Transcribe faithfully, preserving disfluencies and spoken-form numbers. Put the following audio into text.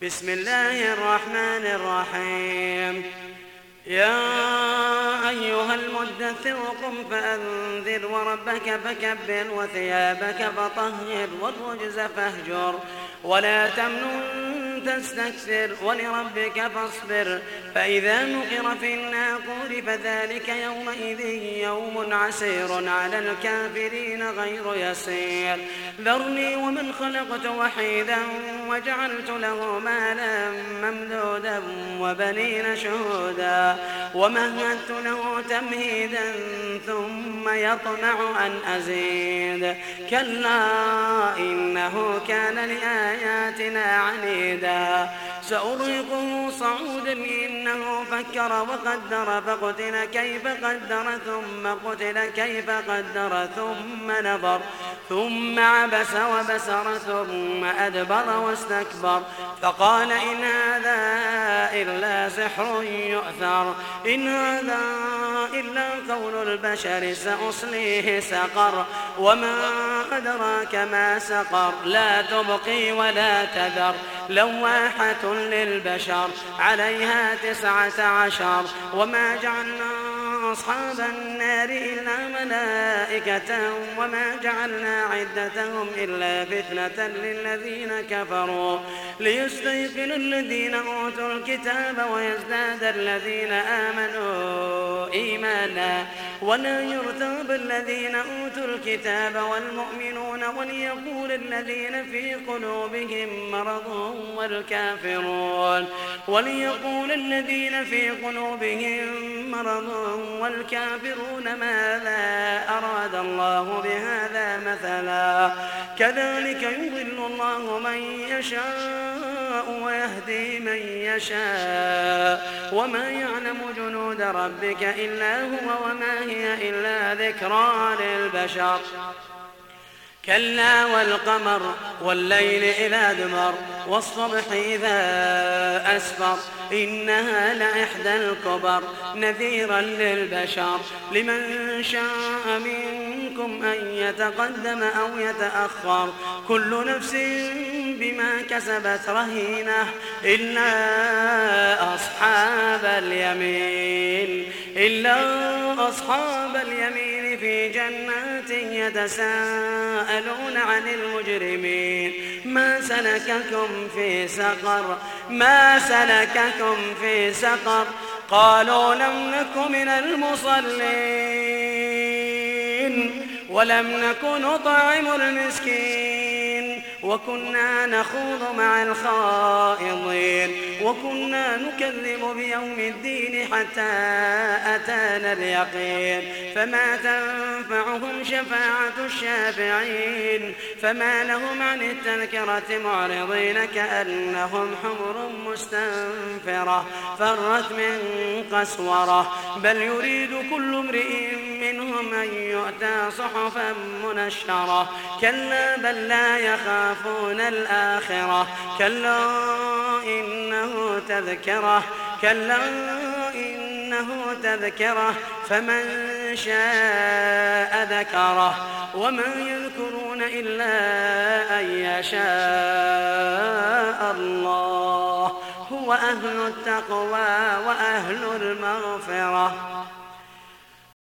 بسم الله الرحمن الرحيم. يا أيها المدثر قم فأنذر وربك فكبر وثيابك فطهر والرجز فاهجر ولا تمنن تستكثر ولربك فاصبر فإذا نقر في الناقور فذلك يومئذ يوم عسير على الكافرين غير يسير. ذرني ومن خلقت وحيدا وجعلت له مالا ممدودا وبنين شهودا ومهدت له تمهيدا ثم يطمع أن أزيد كلا إنه كان لآياتنا عنيدا سأرهقه صعودا إنه فكر وقدر فقتل كيف قدر ثم قتل كيف قدر ثم نظر ثم عبس وبسر ثم أدبر واستكبر فقال إن هذا إلا سحر يؤثر إن هذا إلا قول البشر سأصليه سقر وما أدراك ما سقر لا تبقي ولا تذر لواحة للبشر عليها تسعة عشر وما جعلنا أصحاب النار إلا ملائكة وما جعلنا عدتهم إلا فتنة للذين كفروا ليستيقن الذين أوتوا الكتاب ويزداد الذين آمنوا إيمانا ولا يرتاب الذين أوتوا الكتاب والمؤمنون وليقول الذين في قلوبهم مرض والكافرون وليقول الذين في قلوبهم مرض والكافرون ماذا أراد الله بهذا مثلا كذلك يضل الله من يشاء ويهدي من يشاء وما يعلم جنود ربك إلا هو وما هي إلا ذكرى للبشر كلا والقمر والليل إذا دمر والصبح إذا أسفر إنها لإحدى الكبر نذيرا للبشر لمن شاء منكم أن يتقدم أو يتأخر كل نفس بما كسبت رهينة إلا أصحاب اليمين إلا أصحاب اليمين في جنات يتساءلون عن المجرمين ما سلككم في سقر ما سلككم في سقر قالوا لم نك من المصلين ولم نك نطعم المسكين وكنا نخوض مع الخائضين وكنا نكذب بيوم الدين حتى أتانا اليقين فما تنفعهم شفاعة الشافعين فما لهم عن التذكرة معرضين كأنهم حمر مستنفرة فرت من قسورة بل يريد كل امرئ منهم أن يؤتى صحفا منشرة كلا بل لا يخافون الآخرة كلا إنه تذكرة كلا إنه تذكرة فمن شاء ذكره وما يذكرون إلا أن يشاء الله هو أهل التقوى وأهل المغفرة.